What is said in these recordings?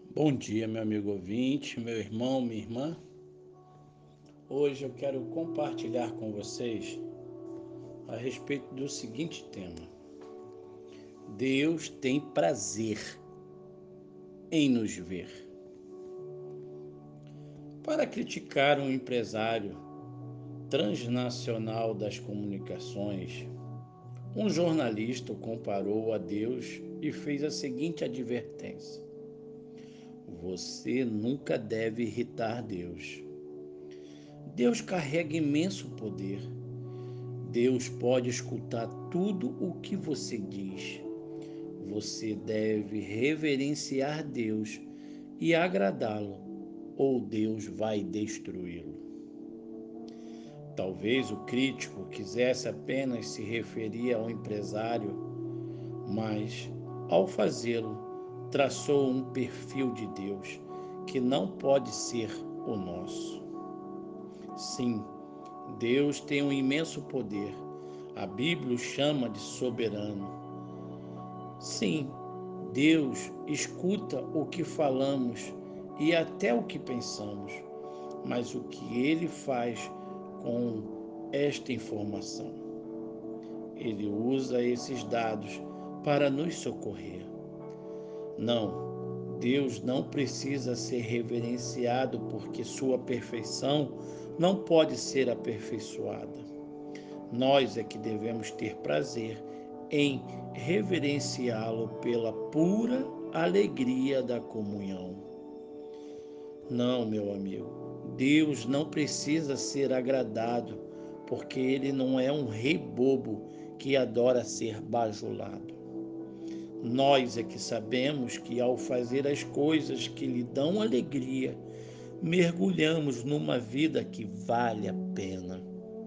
Bom dia, meu amigo ouvinte, meu irmão, minha irmã. Hoje eu quero compartilhar com vocês a respeito do seguinte tema: Deus tem prazer em nos ver. Para criticar um empresário transnacional das comunicações, um jornalista o comparou a Deus e fez a seguinte advertência: você nunca deve irritar Deus. Deus carrega imenso poder. Deus pode escutar tudo o que você diz. Você deve reverenciar Deus e agradá-lo, ou Deus vai destruí-lo. Talvez o crítico quisesse apenas se referir ao empresário, mas, ao fazê-lo, traçou um perfil de Deus que não pode ser o nosso. Sim, Deus tem um imenso poder. A Bíblia o chama de soberano. Sim, Deus escuta o que falamos e até o que pensamos, mas o que Ele faz com esta informação? Ele usa esses dados para nos socorrer. Não, Deus não precisa ser reverenciado porque sua perfeição não pode ser aperfeiçoada. Nós é que devemos ter prazer em reverenciá-lo pela pura alegria da comunhão. Não, meu amigo, Deus não precisa ser agradado, porque ele não é um rei bobo que adora ser bajulado. Nós é que sabemos que ao fazer as coisas que lhe dão alegria, mergulhamos numa vida que vale a pena.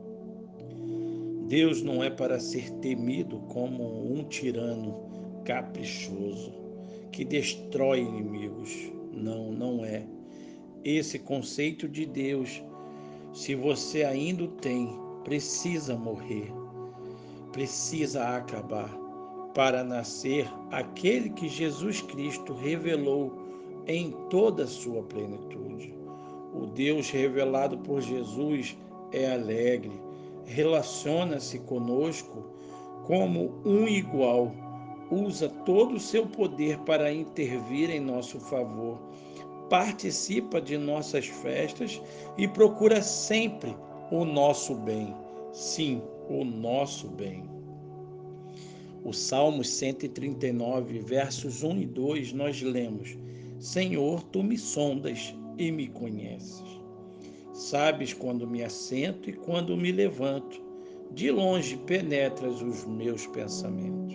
Deus não é para ser temido como um tirano caprichoso que destrói inimigos. Não, não é. Esse conceito de Deus, se você ainda o tem, precisa morrer, precisa acabar, para nascer aquele que Jesus Cristo revelou em toda a sua plenitude. O Deus revelado por Jesus é alegre, relaciona-se conosco como um igual, usa todo o seu poder para intervir em nosso favor, participa de nossas festas e procura sempre o nosso bem. Sim, o nosso bem. O Salmos 139, versos 1 e 2, nós lemos: Senhor, tu me sondas e me conheces. Sabes quando me assento e quando me levanto. De longe penetras os meus pensamentos.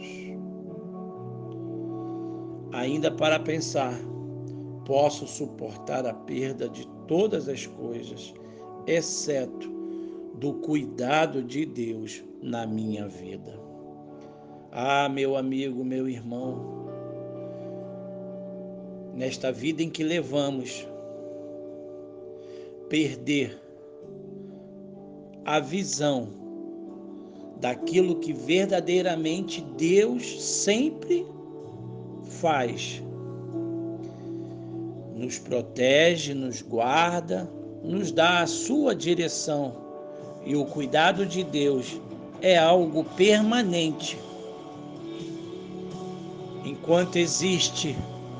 Ainda para pensar, posso suportar a perda de todas as coisas, exceto do cuidado de Deus na minha vida. Ah, meu amigo, meu irmão, nesta vida em que levamos, perder a visão daquilo que verdadeiramente Deus sempre faz. Nos protege, nos guarda, nos dá a sua direção. E o cuidado de Deus é algo permanente. Enquanto existe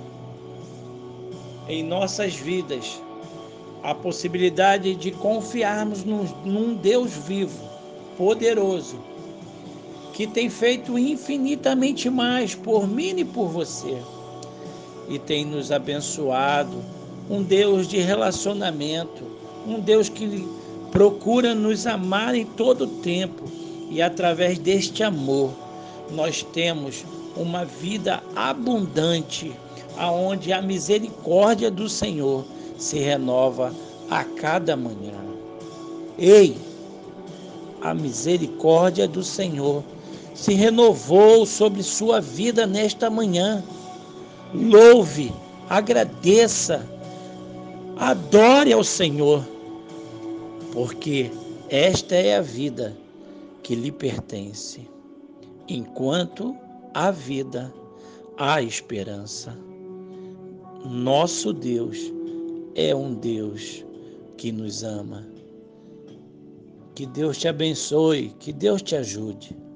em nossas vidas a possibilidade de confiarmos num Deus vivo, poderoso, que tem feito infinitamente mais por mim e por você, e tem nos abençoado, um Deus de relacionamento, um Deus que procura nos amar em todo o tempo, e através deste amor nós temos uma vida abundante, aonde a misericórdia do Senhor se renova a cada manhã. Ei, a misericórdia do Senhor se renovou sobre sua vida nesta manhã. Louve, agradeça, adore ao Senhor, porque esta é a vida que lhe pertence. Enquanto há vida, há esperança. Nosso Deus é um Deus que nos ama. Que Deus te abençoe, que Deus te ajude.